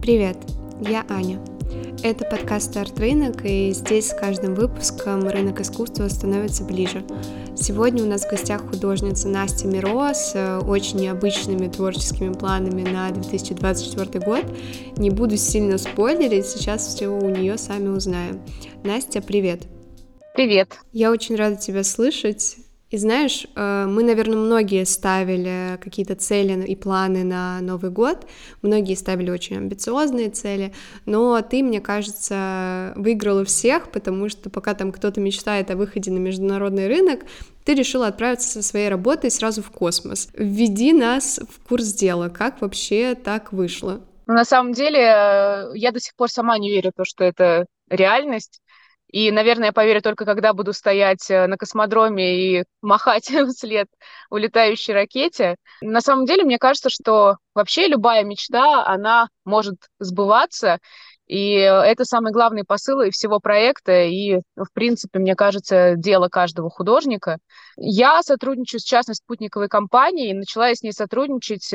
Привет, я Аня. Это подкаст «Старт рынок», и здесь с каждым выпуском рынок искусства становится ближе. Сегодня у нас в гостях художница Настя Миро с очень необычными творческими планами на 2024 год. Не буду сильно спойлерить, сейчас все у нее сами узнаем. Настя, привет! Привет! Я очень рада тебя слышать. И знаешь, мы, наверное, многие ставили какие-то цели и планы на Новый год, многие ставили очень амбициозные цели, но ты, мне кажется, выиграла всех, потому что пока там кто-то мечтает о выходе на международный рынок, ты решила отправиться со своей работой сразу в космос. Введи нас в курс дела, как вообще так вышло? На самом деле, я до сих пор сама не верю в то, что это реальность. И, наверное, я поверю только, когда буду стоять на космодроме и махать вслед улетающей ракете. На самом деле, мне кажется, что вообще любая мечта, она может сбываться. И это самый главный посыл и всего проекта, и, в принципе, мне кажется, дело каждого художника. Я сотрудничаю сейчас с спутниковой компанией, начала я с ней сотрудничать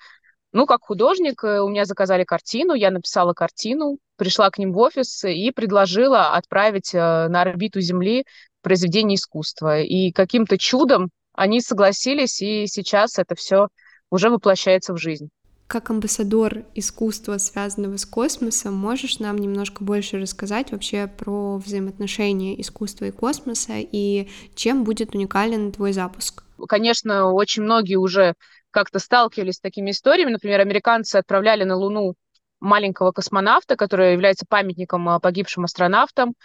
как художник, у меня заказали картину, я написала картину, пришла к ним в офис и предложила отправить на орбиту Земли произведение искусства. И каким-то чудом они согласились, и сейчас это все уже воплощается в жизнь. Как амбассадор искусства, связанного с космосом, можешь нам немножко больше рассказать вообще про взаимоотношения искусства и космоса, и чем будет уникален твой запуск? Конечно, очень многие уже как-то сталкивались с такими историями. Например, американцы отправляли на Луну маленького космонавта, который является памятником погибшим астронавтам.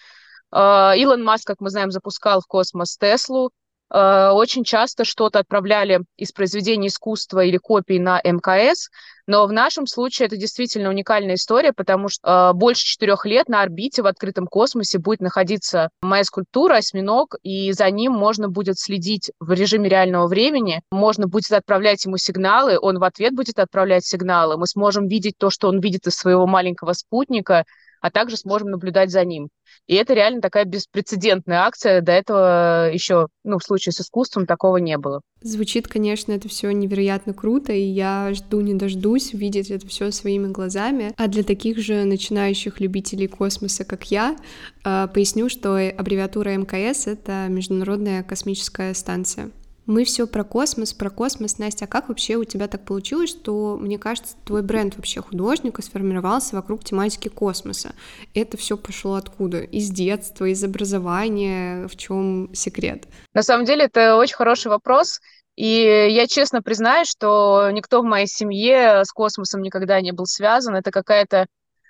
Илон Маск, как мы знаем, запускал в космос Теслу. Очень часто что-то отправляли из произведений искусства или копий на МКС, но в нашем случае это действительно уникальная история, потому что больше 4 лет на орбите в открытом космосе будет находиться моя скульптура «Осьминог», и за ним можно будет следить в режиме реального времени, можно будет отправлять ему сигналы, он в ответ будет отправлять сигналы, мы сможем видеть то, что он видит из своего маленького спутника, а также сможем наблюдать за ним. И это реально такая беспрецедентная акция. До этого еще, в случае с искусством такого не было. Звучит, конечно, это все невероятно круто, и я жду не дождусь увидеть это все своими глазами. А для таких же начинающих любителей космоса, как я, поясню, что аббревиатура МКС — это Международная космическая станция. Мы все про космос, Настя. А как вообще у тебя так получилось, что, мне кажется, твой бренд вообще художника сформировался вокруг тематики космоса? Это все пошло откуда? Из детства, из образования? В чем секрет? На самом деле, это очень хороший вопрос. И я честно признаюсь, что никто в моей семье с космосом никогда не был связан. Это какая-то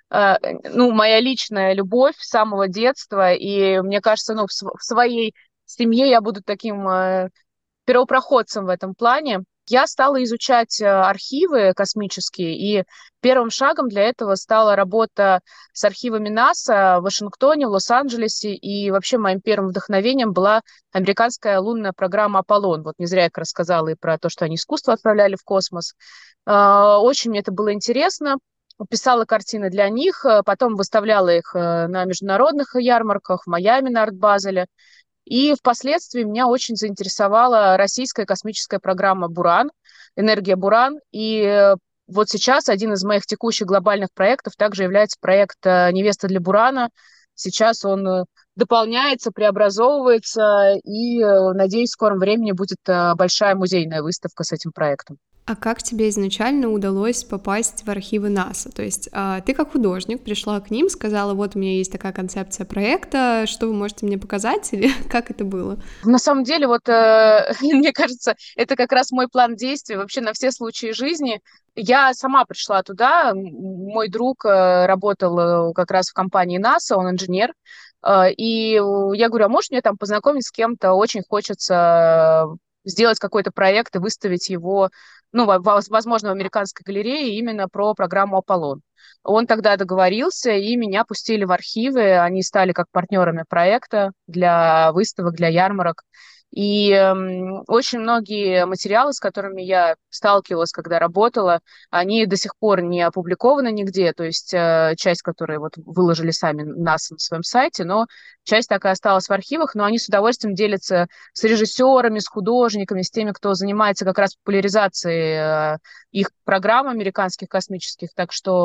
моя личная любовь с самого детства. И мне кажется, в своей семье я буду таким первопроходцем в этом плане. Я стала изучать архивы космические, и первым шагом для этого стала работа с архивами НАСА в Вашингтоне, в Лос-Анджелесе, и вообще моим первым вдохновением была американская лунная программа «Аполлон». Вот не зря я рассказала и про то, что они искусство отправляли в космос. Очень мне это было интересно. Писала картины для них, потом выставляла их на международных ярмарках, в Майами на Арт-Базеле. И впоследствии меня очень заинтересовала российская космическая программа «Буран», «Энергия Буран». И вот сейчас один из моих текущих глобальных проектов также является проект «Невеста для Бурана». Сейчас он дополняется, преобразовывается, и, надеюсь, в скором времени будет большая музейная выставка с этим проектом. А как тебе изначально удалось попасть в архивы НАСА? То есть ты как художник пришла к ним, сказала, вот у меня есть такая концепция проекта, что вы можете мне показать, или как это было? На самом деле, мне кажется, это как раз мой план действий вообще на все случаи жизни. Я сама пришла туда, мой друг работал как раз в компании НАСА, он инженер, и я говорю, а можешь мне там познакомить с кем-то, очень хочется сделать какой-то проект и выставить его, возможно, в американской галерее именно про программу «Аполлон». Он тогда договорился, и меня пустили в архивы. Они стали как партнерами проекта для выставок, для ярмарок. И очень многие материалы, с которыми я сталкивалась, когда работала, они до сих пор не опубликованы нигде. То есть часть, которую вот выложили сами нас на своем сайте, но часть так и осталась в архивах. Но они с удовольствием делятся с режиссерами, с художниками, с теми, кто занимается как раз популяризацией их программ американских космических. Так что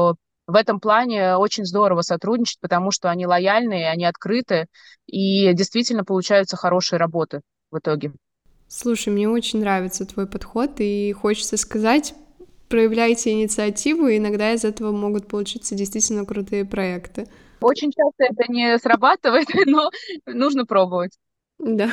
в этом плане очень здорово сотрудничать, потому что они лояльные, они открыты, и действительно получаются хорошие работы в итоге. Слушай, мне очень нравится твой подход, и хочется сказать, проявляйте инициативу, и иногда из этого могут получиться действительно крутые проекты. Очень часто это не срабатывает, но нужно пробовать. Да.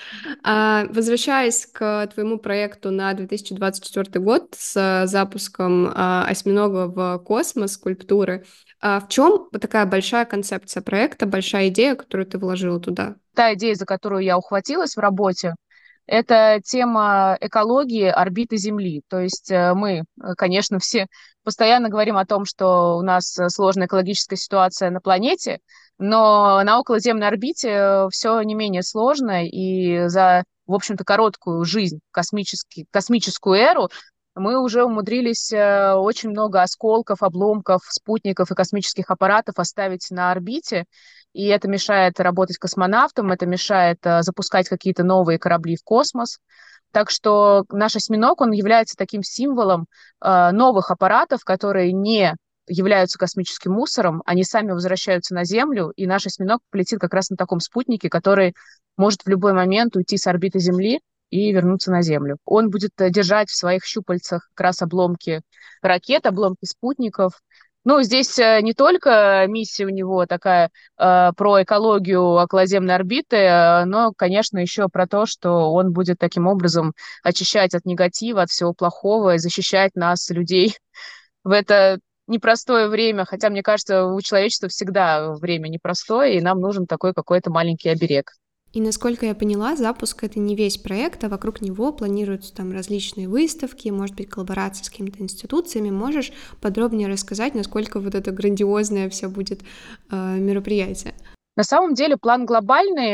Возвращаясь к твоему проекту на 2024 год с запуском осьминога в космос, скульптуры, в чем такая большая концепция проекта, большая идея, которую ты вложила туда? Та идея, за которую я ухватилась в работе, это тема экологии орбиты Земли. То есть мы, конечно, все постоянно говорим о том, что у нас сложная экологическая ситуация на планете, но на околоземной орбите все не менее сложно, и за, в общем-то, короткую жизнь, космическую эру, мы уже умудрились очень много осколков, обломков, спутников и космических аппаратов оставить на орбите, и это мешает работать космонавтам, это мешает запускать какие-то новые корабли в космос. Так что наш осьминог, он является таким символом новых аппаратов, которые не являются космическим мусором, они сами возвращаются на Землю, и наш осьминог полетит как раз на таком спутнике, который может в любой момент уйти с орбиты Земли и вернуться на Землю. Он будет держать в своих щупальцах как раз обломки ракет, обломки спутников. Ну, здесь не только миссия у него такая про экологию околоземной орбиты, но, конечно, еще про то, что он будет таким образом очищать от негатива, от всего плохого и защищать нас, людей, в это непростое время. Хотя, мне кажется, у человечества всегда время непростое, и нам нужен такой какой-то маленький оберег. И насколько я поняла, запуск — это не весь проект, а вокруг него планируются там различные выставки, может быть, коллаборации с какими-то институциями. Можешь подробнее рассказать, насколько вот это грандиозное все будет мероприятие? На самом деле план глобальный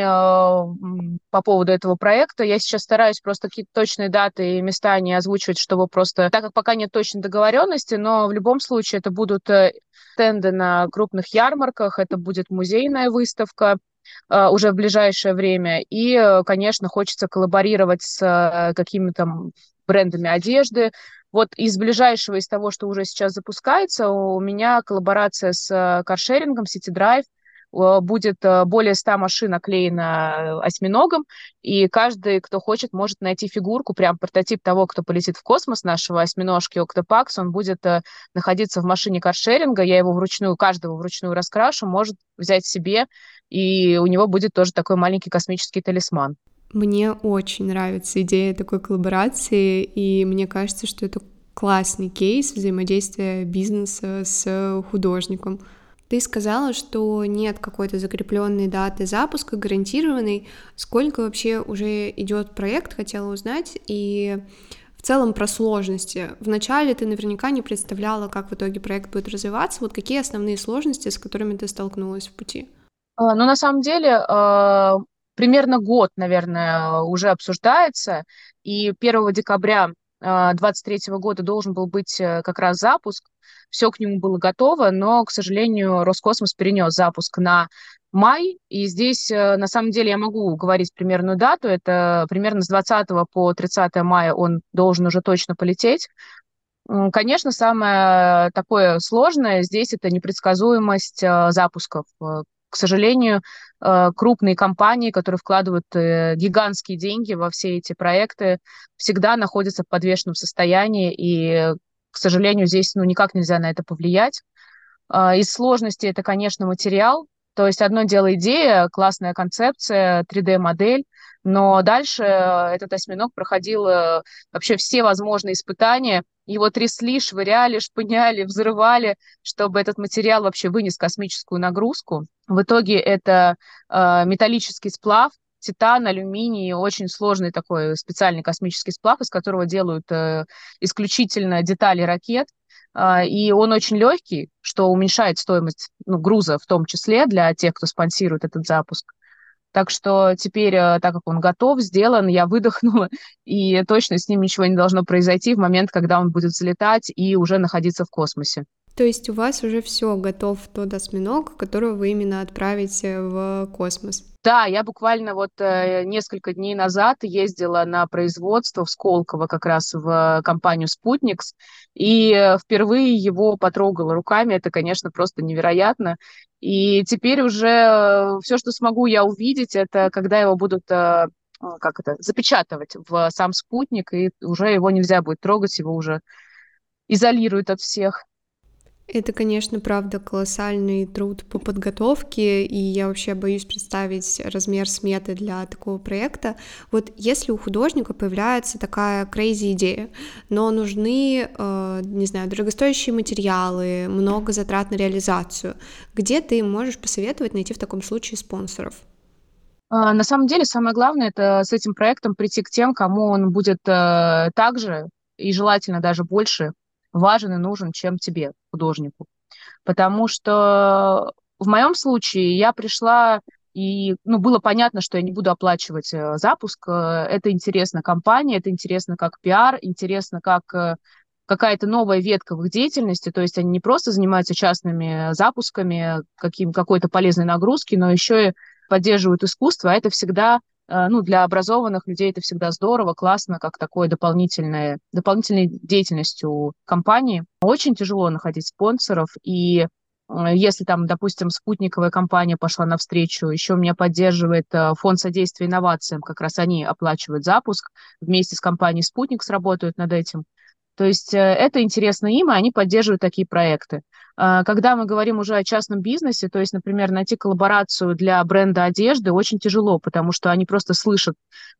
по поводу этого проекта. Я сейчас стараюсь просто какие-то точные даты и места не озвучивать, чтобы просто, так как пока нет точной договоренности, но в любом случае это будут стенды на крупных ярмарках, это будет музейная выставка уже в ближайшее время. И, конечно, хочется коллаборировать с какими-то брендами одежды. Вот из ближайшего, из того, что уже сейчас запускается, у меня коллаборация с каршерингом City Drive. Будет более 100 машин оклеено осьминогом, и каждый, кто хочет, может найти фигурку, прям прототип того, кто полетит в космос, нашего осьминожки Октопакс, он будет находиться в машине каршеринга, я его вручную, каждого вручную раскрашу, может взять себе, и у него будет тоже такой маленький космический талисман. Мне очень нравится идея такой коллаборации, и мне кажется, что это классный кейс взаимодействия бизнеса с художником. Ты сказала, что нет какой-то закрепленной даты запуска, гарантированной. Сколько вообще уже идет проект, хотела узнать, и в целом про сложности. Вначале ты наверняка не представляла, как в итоге проект будет развиваться. Вот какие основные сложности, с которыми ты столкнулась в пути? Ну, на самом деле, примерно год, наверное, уже обсуждается, и 1 декабря 2023 года должен был быть как раз запуск. Все к нему было готово, но, к сожалению, Роскосмос перенес запуск на май, и здесь, на самом деле, я могу говорить примерную дату, это примерно с 20 по 30 мая он должен уже точно полететь. Конечно, самое такое сложное здесь — это непредсказуемость запусков. К сожалению, крупные компании, которые вкладывают гигантские деньги во все эти проекты, всегда находятся в подвешенном состоянии, и, к сожалению, здесь никак нельзя на это повлиять. Из сложностей это, конечно, материал. То есть одно дело идея, классная концепция, 3D-модель, но дальше этот осьминог проходил вообще все возможные испытания. Его трясли, швыряли, шпыняли, взрывали, чтобы этот материал вообще вынес космическую нагрузку. В итоге это металлический сплав, титан, алюминий, очень сложный такой специальный космический сплав, из которого делают исключительно детали ракет. И он очень легкий, что уменьшает стоимость груза, в том числе для тех, кто спонсирует этот запуск. Так что теперь, так как он готов, сделан, я выдохнула, и точно с ним ничего не должно произойти в момент, когда он будет взлетать и уже находиться в космосе. То есть у вас уже все готов тот осьминог, которого вы именно отправите в космос? Да, я буквально вот несколько дней назад ездила на производство в Сколково, как раз в компанию «Спутникс», и впервые его потрогала руками. Это, конечно, просто невероятно. И теперь уже все, что смогу я увидеть, это когда его будут как это, запечатывать в сам спутник, и уже его нельзя будет трогать, его уже изолируют от всех. Это, конечно, правда колоссальный труд по подготовке, и я вообще боюсь представить размер сметы для такого проекта. Вот если у художника появляется такая crazy идея, но нужны, не знаю, дорогостоящие материалы, много затрат на реализацию, где ты можешь посоветовать найти в таком случае спонсоров? На самом деле, самое главное — это с этим проектом прийти к тем, кому он будет так же и желательно даже больше важен и нужен, чем тебе, художнику. Потому что в моем случае я пришла, и ну, было понятно, что я не буду оплачивать запуск. Это интересно компании, это интересно как пиар, интересно как какая-то новая ветка в их деятельности. То есть они не просто занимаются частными запусками, какой-то полезной нагрузки, но еще и поддерживают искусство. А это всегда, ну, для образованных людей это всегда здорово, классно, как такое дополнительной деятельностью компании. Очень тяжело находить спонсоров, и если там, допустим, спутниковая компания пошла навстречу, еще меня поддерживает фонд содействия инновациям, как раз они оплачивают запуск, вместе с компанией «Спутник» сработают над этим. То есть это интересно им, и они поддерживают такие проекты. Когда мы говорим уже о частном бизнесе, то есть, например, найти коллаборацию для бренда одежды очень тяжело, потому что они просто слышат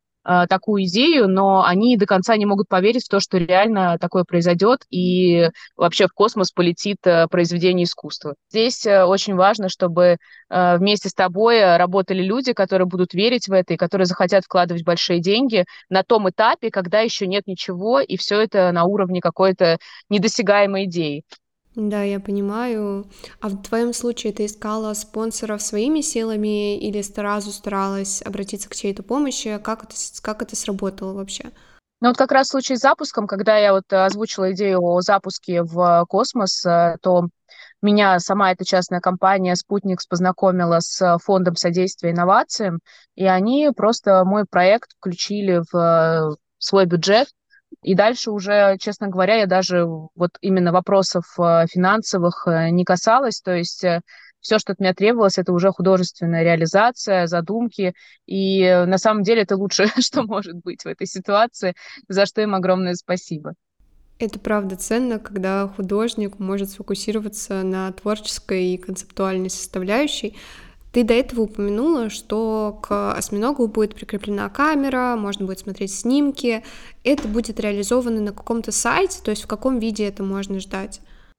такую идею, но они до конца не могут поверить в то, что реально такое произойдет, и вообще в космос полетит произведение искусства. Здесь очень важно, чтобы вместе с тобой работали люди, которые будут верить в это и которые захотят вкладывать большие деньги на том этапе, когда еще нет ничего, и все это на уровне какой-то недосягаемой идеи. Да, я понимаю. А в твоем случае ты искала спонсоров своими силами или сразу старалась обратиться к чьей-то помощи? Как это сработало вообще? Ну вот как раз в случае с запуском, когда я вот озвучила идею о запуске в космос, то меня сама эта частная компания «Спутникс» познакомила с фондом содействия инновациям, и они просто мой проект включили в свой бюджет. И дальше уже, честно говоря, я даже вот именно вопросов финансовых не касалась. То есть все, что от меня требовалось, это уже художественная реализация, задумки. И на самом деле это лучшее, что может быть в этой ситуации, за что им огромное спасибо. Это правда ценно, когда художник может сфокусироваться на творческой и концептуальной составляющей. Ты до этого упомянула, что к осьминогу будет прикреплена камера, можно будет смотреть снимки. Это будет реализовано на каком-то сайте, то есть в каком виде это можно ждать?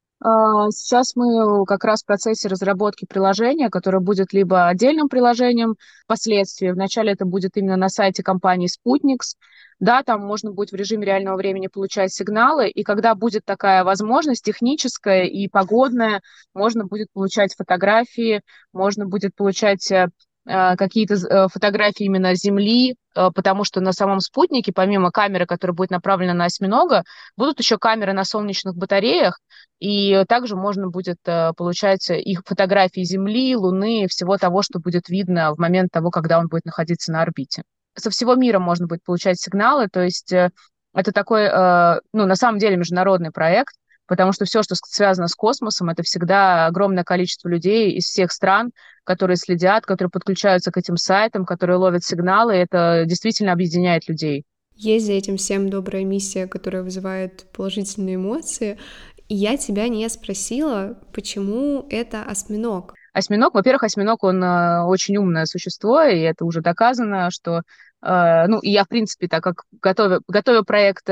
Сейчас мы как раз в процессе разработки приложения, которое будет либо отдельным приложением впоследствии. Вначале это будет именно на сайте компании «Спутникс». Да, там можно будет в режиме реального времени получать сигналы, и когда будет такая возможность техническая и погодная, можно будет получать фотографии, можно будет получать какие-то фотографии именно Земли, потому что на самом спутнике, помимо камеры, которая будет направлена на осьминога, будут еще камеры на солнечных батареях, и также можно будет получать их фотографии Земли, Луны, всего того, что будет видно в момент того, когда он будет находиться на орбите. Со всего мира можно будет получать сигналы, то есть это такой, ну, на самом деле международный проект, потому что все, что связано с космосом, это всегда огромное количество людей из всех стран, которые следят, которые подключаются к этим сайтам, которые ловят сигналы, и это действительно объединяет людей. Есть за этим всем добрая миссия, которая вызывает положительные эмоции. И я тебя не спросила, почему это осьминог. Осьминог, во-первых, осьминог, он очень умное существо, и это уже доказано, что, ну, и я, в принципе, так как готовя проект,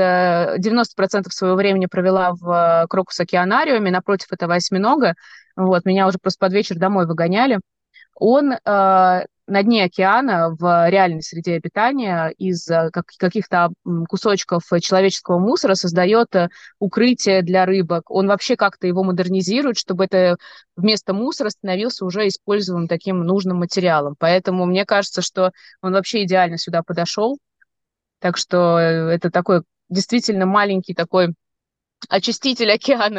90% своего времени провела в Крокус-океанариуме напротив этого осьминога, вот, меня уже просто под вечер домой выгоняли. Он на дне океана в реальной среде обитания из каких-то кусочков человеческого мусора создает укрытие для рыбок. Он вообще как-то его модернизирует, чтобы это вместо мусора становился уже используемым таким нужным материалом. Поэтому мне кажется, что он вообще идеально сюда подошел. Так что это такой действительно маленький такой очиститель океана.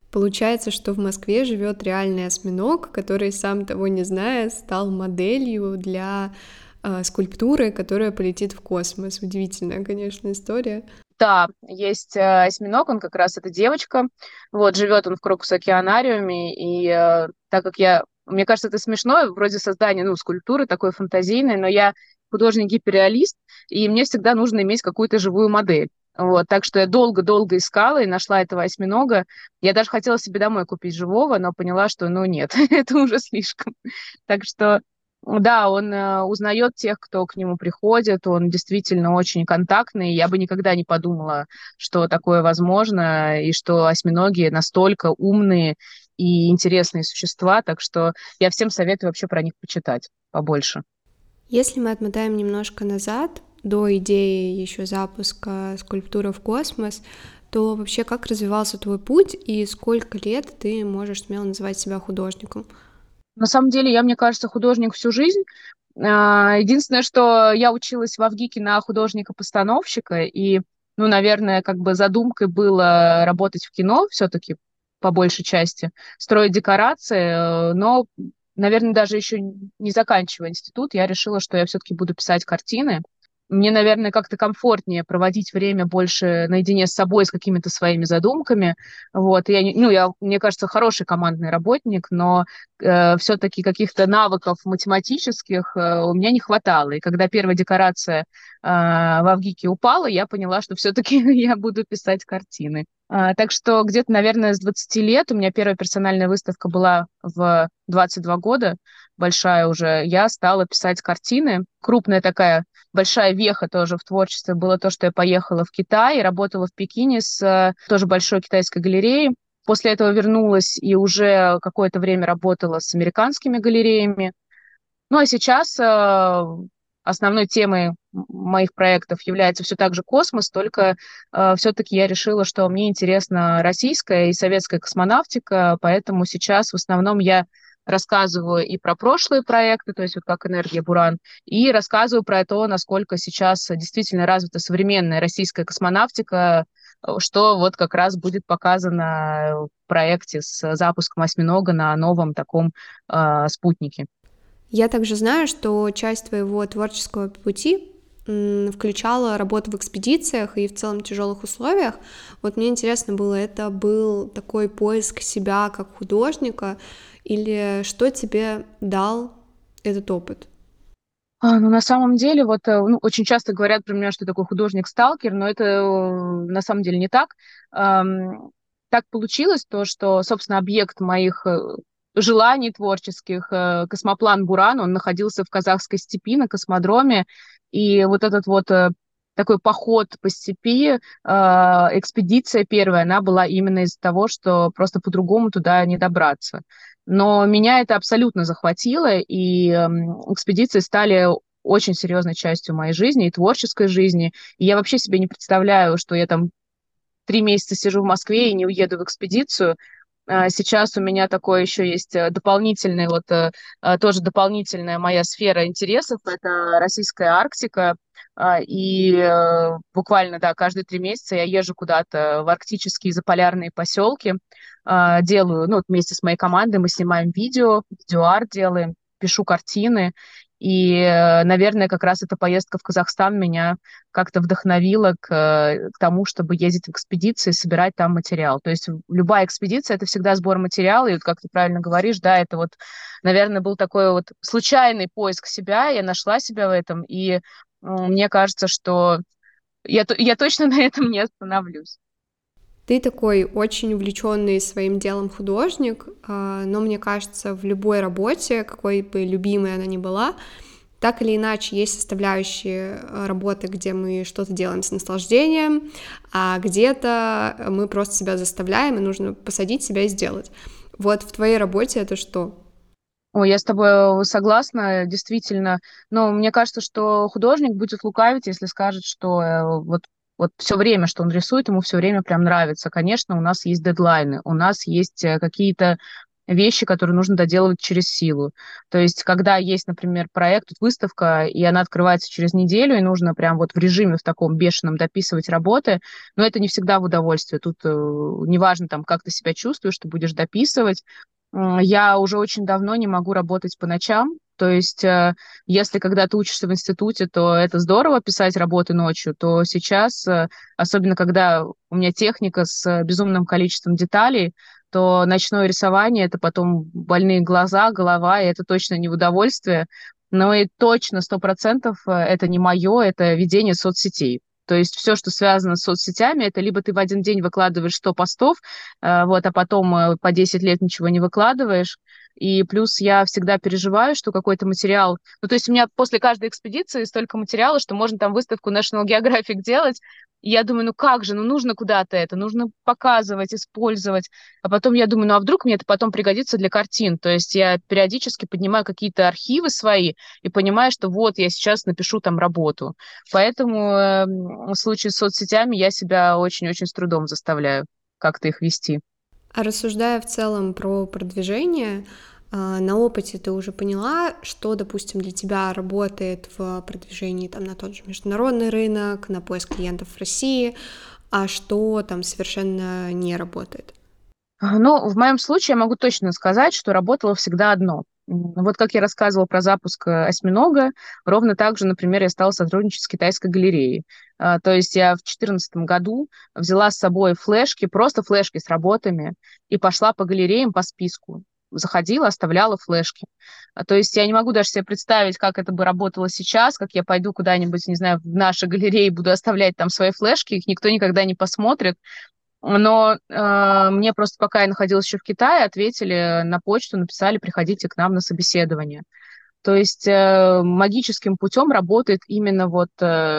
Получается, что в Москве живет реальный осьминог, который, сам того не зная, стал моделью для скульптуры, которая полетит в космос. Удивительная, конечно, история. Да, есть осьминог, он как раз эта девочка. Вот, живет он в Крокус-океанариуме, и так как мне кажется, это смешно, вроде создания, ну, скульптуры такой фантазийной, но я художник-гиперреалист, и мне всегда нужно иметь какую-то живую модель. Вот, так что я долго-долго искала и нашла этого осьминога. Я даже хотела себе домой купить живого, но поняла, что, ну, нет, это уже слишком. Так что да, он узнает тех, кто к нему приходит, он действительно очень контактный. Я бы никогда не подумала, что такое возможно, и что осьминоги настолько умные и интересные существа, так что я всем советую вообще про них почитать побольше. Если мы отмотаем немножко назад, до идеи еще запуска скульптуры в космос, то вообще как развивался твой путь и сколько лет ты можешь смело называть себя художником? На самом деле, я, мне кажется, художник всю жизнь. Единственное, что я училась в Авгике на художника-постановщика, и, ну, наверное, как бы задумкой было работать в кино все-таки по большей части, строить декорации, но, наверное, даже еще не заканчивая институт, я решила, что я все-таки буду писать картины. Мне, наверное, как-то комфортнее проводить время больше наедине с собой, с какими-то своими задумками. Вот. Мне кажется, хороший командный работник, но все-таки каких-то навыков математических у меня не хватало. И когда первая декорация в Авгике упала, я поняла, что все-таки я буду писать картины. Так что где-то, наверное, с 20 лет у меня первая персональная выставка была в 22 года, большая уже. Я стала писать картины. Крупная такая большая веха тоже в творчестве было то, что я поехала в Китай и работала в Пекине с тоже большой китайской галереей. После этого вернулась и уже какое-то время работала с американскими галереями. Ну а сейчас основной темой моих проектов является все так же космос, только все-таки я решила, что мне интересна российская и советская космонавтика, поэтому сейчас в основном я рассказываю и про прошлые проекты, то есть вот как «Энергия Буран», и рассказываю про то, насколько сейчас действительно развита современная российская космонавтика, что вот как раз будет показано в проекте с запуском осьминога на новом таком спутнике. Я также знаю, что часть твоего творческого пути включала работу в экспедициях и в целом тяжелых условиях. Вот мне интересно было, это был такой поиск себя как художника, или что тебе дал этот опыт? Ну, на самом деле, вот, ну, очень часто говорят про меня, что я такой художник-сталкер, но это на самом деле не так. Так получилось то, что, собственно, объект моих желаний творческих, космоплан «Буран», он находился в казахской степи на космодроме, и вот этот вот такой поход по степи, экспедиция первая, она была именно из-за того, что просто по-другому туда не добраться. Но меня это абсолютно захватило, и экспедиции стали очень серьезной частью моей жизни и творческой жизни. И я вообще себе не представляю, что я там 3 месяца сижу в Москве и не уеду в экспедицию. Сейчас у меня такое еще есть дополнительный, вот тоже дополнительная моя сфера интересов, это российская Арктика. И буквально, да, каждые 3 месяца я езжу куда-то в арктические заполярные поселки, делаю, ну, вот вместе с моей командой мы снимаем видеоарт делаем, пишу картины. И, наверное, как раз эта поездка в Казахстан меня как-то вдохновила к тому, чтобы ездить в экспедиции, собирать там материал. То есть любая экспедиция — это всегда сбор материала, и вот как ты правильно говоришь, да, это вот, наверное, был такой вот случайный поиск себя, я нашла себя в этом, и мне кажется, что я точно на этом не остановлюсь. Ты такой очень увлеченный своим делом художник, но мне кажется, в любой работе, какой бы любимой она ни была, так или иначе есть составляющие работы, где мы что-то делаем с наслаждением, а где-то мы просто себя заставляем, и нужно посадить себя и сделать. Вот в твоей работе это что? Ой, я с тобой согласна, действительно. Но мне кажется, что художник будет лукавить, если скажет, что вот все время, что он рисует, ему все время прям нравится. Конечно, у нас есть дедлайны, у нас есть какие-то вещи, которые нужно доделывать через силу. То есть, когда есть, например, проект, вот выставка, и она открывается через неделю, и нужно прям вот в режиме в таком бешеном дописывать работы, но это не всегда в удовольствие. Тут неважно, там, как ты себя чувствуешь, ты будешь дописывать. Я уже очень давно не могу работать по ночам. То есть, если когда ты учишься в институте, то это здорово писать работы ночью, то сейчас, особенно когда у меня техника с безумным количеством деталей, то ночное рисование — это потом больные глаза, голова, и это точно не в удовольствие. Но и точно 100% это не мое, это ведение соцсетей. То есть все, что связано с соцсетями, это либо ты в один день выкладываешь 100 постов, вот, а потом по 10 лет ничего не выкладываешь. И плюс я всегда переживаю, что какой-то материал... Ну, то есть у меня после каждой экспедиции столько материала, что можно там выставку National Geographic делать. И я думаю, ну как же, ну нужно куда-то это, нужно показывать, использовать. А потом я думаю, ну а вдруг мне это потом пригодится для картин? То есть я периодически поднимаю какие-то архивы свои и понимаю, что вот я сейчас напишу там работу. Поэтому в случае с соцсетями я себя очень-очень с трудом заставляю как-то их вести. А рассуждая в целом про продвижение, на опыте ты уже поняла, что, допустим, для тебя работает в продвижении там, на тот же международный рынок, на поиск клиентов в России, а что там совершенно не работает? Ну, в моем случае я могу точно сказать, что работало всегда одно. Вот как я рассказывала про запуск осьминога, ровно так же, например, я стала сотрудничать с китайской галереей. То есть я в 2014 году взяла с собой флешки, просто флешки с работами, и пошла по галереям по списку. Заходила, оставляла флешки. То есть я не могу даже себе представить, как это бы работало сейчас, как я пойду куда-нибудь, не знаю, в наши галереи, буду оставлять там свои флешки, их никто никогда не посмотрит. Но мне просто, пока я находилась еще в Китае, ответили на почту, написали, приходите к нам на собеседование. То есть магическим путем работает именно вот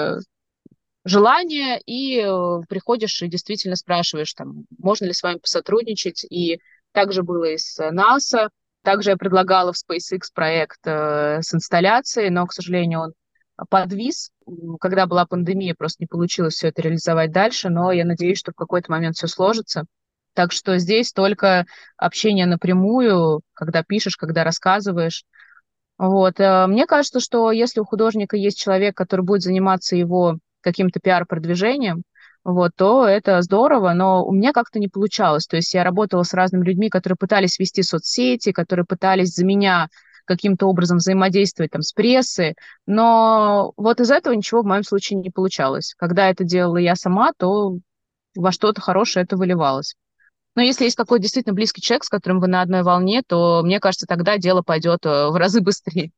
желание, и приходишь и действительно спрашиваешь, там, можно ли с вами посотрудничать. И также было и с НАСА. Также я предлагала в SpaceX проект с инсталляцией, но, к сожалению, он подвис. Когда была пандемия, просто не получилось все это реализовать дальше, но я надеюсь, что в какой-то момент все сложится. Так что здесь только общение напрямую, когда пишешь, когда рассказываешь. Вот. Мне кажется, что если у художника есть человек, который будет заниматься его каким-то пиар-продвижением, вот, то это здорово, но у меня как-то не получалось. То есть я работала с разными людьми, которые пытались вести соцсети, которые пытались за меня каким-то образом взаимодействовать там с прессой, но вот из этого ничего в моем случае не получалось. Когда это делала я сама, то во что-то хорошее это выливалось. Но если есть какой-то действительно близкий человек, с которым вы на одной волне, то, мне кажется, тогда дело пойдет в разы быстрее.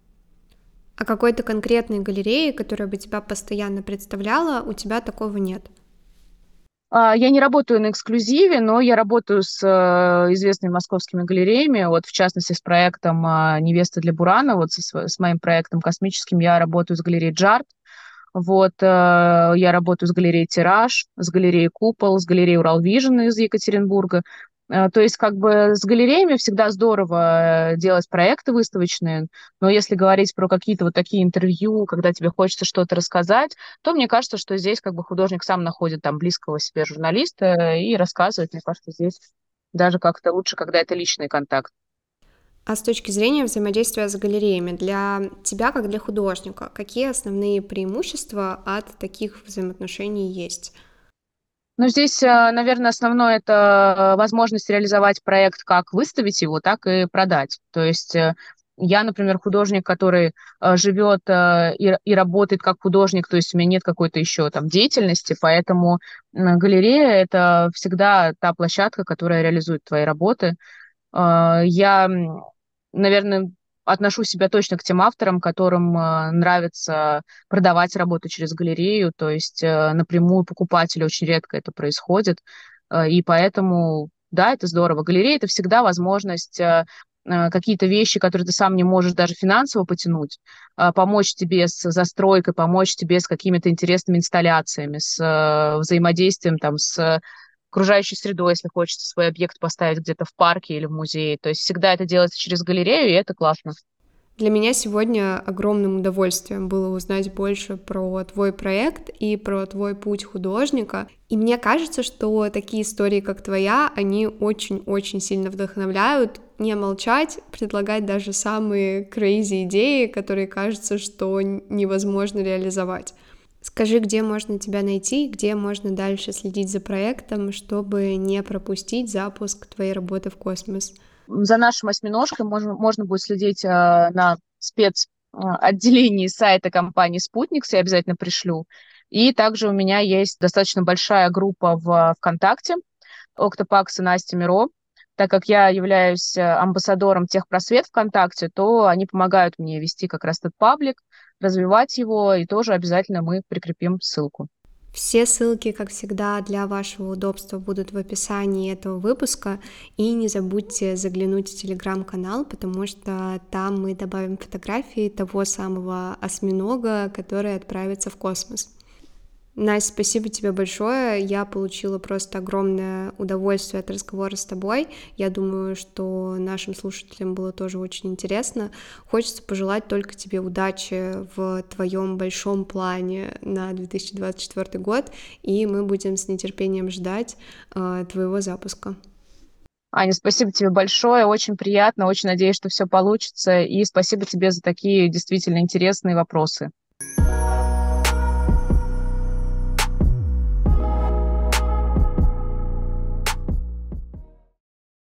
А какой-то конкретной галереи, которая бы тебя постоянно представляла, у тебя такого нет? Я не работаю на эксклюзиве, но я работаю с известными московскими галереями. Вот, в частности, с проектом «Невеста для Бурана», вот с моим проектом космическим я работаю с галереей «Джарт». Вот, я работаю с галереей «Тираж», с галереей «Купол», с галереей «Урал Вижн» из Екатеринбурга. То есть, как бы с галереями всегда здорово делать проекты выставочные, но если говорить про какие-то вот такие интервью, когда тебе хочется что-то рассказать, то мне кажется, что здесь как бы художник сам находит там близкого себе журналиста и рассказывает. Мне кажется, здесь даже как-то лучше, когда это личный контакт. А с точки зрения взаимодействия с галереями, для тебя, как для художника, какие основные преимущества от таких взаимоотношений есть? Ну, здесь, наверное, основное — это возможность реализовать проект, как выставить его, так и продать. То есть я, например, художник, который живет и работает как художник, то есть у меня нет какой-то еще там деятельности, поэтому галерея — это всегда та площадка, которая реализует твои работы. Я, наверное, отношу себя точно к тем авторам, которым нравится продавать работу через галерею, то есть напрямую покупателю очень редко это происходит, и поэтому, да, это здорово. Галерея — это всегда возможность какие-то вещи, которые ты сам не можешь даже финансово потянуть, помочь тебе с застройкой, помочь тебе с какими-то интересными инсталляциями, с взаимодействием там с окружающей средой, если хочется свой объект поставить где-то в парке или в музее. То есть всегда это делается через галерею, и это классно. Для меня сегодня огромным удовольствием было узнать больше про твой проект и про твой путь художника. И мне кажется, что такие истории, как твоя, они очень-очень сильно вдохновляют не молчать, предлагать даже самые crazy идеи, которые кажется, что невозможно реализовать. Скажи, где можно тебя найти, где можно дальше следить за проектом, чтобы не пропустить запуск твоей работы в космос. За нашим осьминожкой можно будет следить на спецотделении сайта компании «Спутникс», я обязательно пришлю. И также у меня есть достаточно большая группа в ВКонтакте «Октопакс и Настя Миро». Так как я являюсь амбассадором Техпросвет ВКонтакте, то они помогают мне вести как раз этот паблик, развивать его, и тоже обязательно мы прикрепим ссылку. Все ссылки, как всегда, для вашего удобства будут в описании этого выпуска. И не забудьте заглянуть в телеграм-канал, потому что там мы добавим фотографии того самого осьминога, который отправится в космос. Настя, спасибо тебе большое. Я получила просто огромное удовольствие от разговора с тобой. Я думаю, что нашим слушателям было тоже очень интересно. Хочется пожелать только тебе удачи в твоем большом плане на 2024 год, и мы будем с нетерпением ждать твоего запуска. Аня, спасибо тебе большое, очень приятно, очень надеюсь, что все получится, и спасибо тебе за такие действительно интересные вопросы.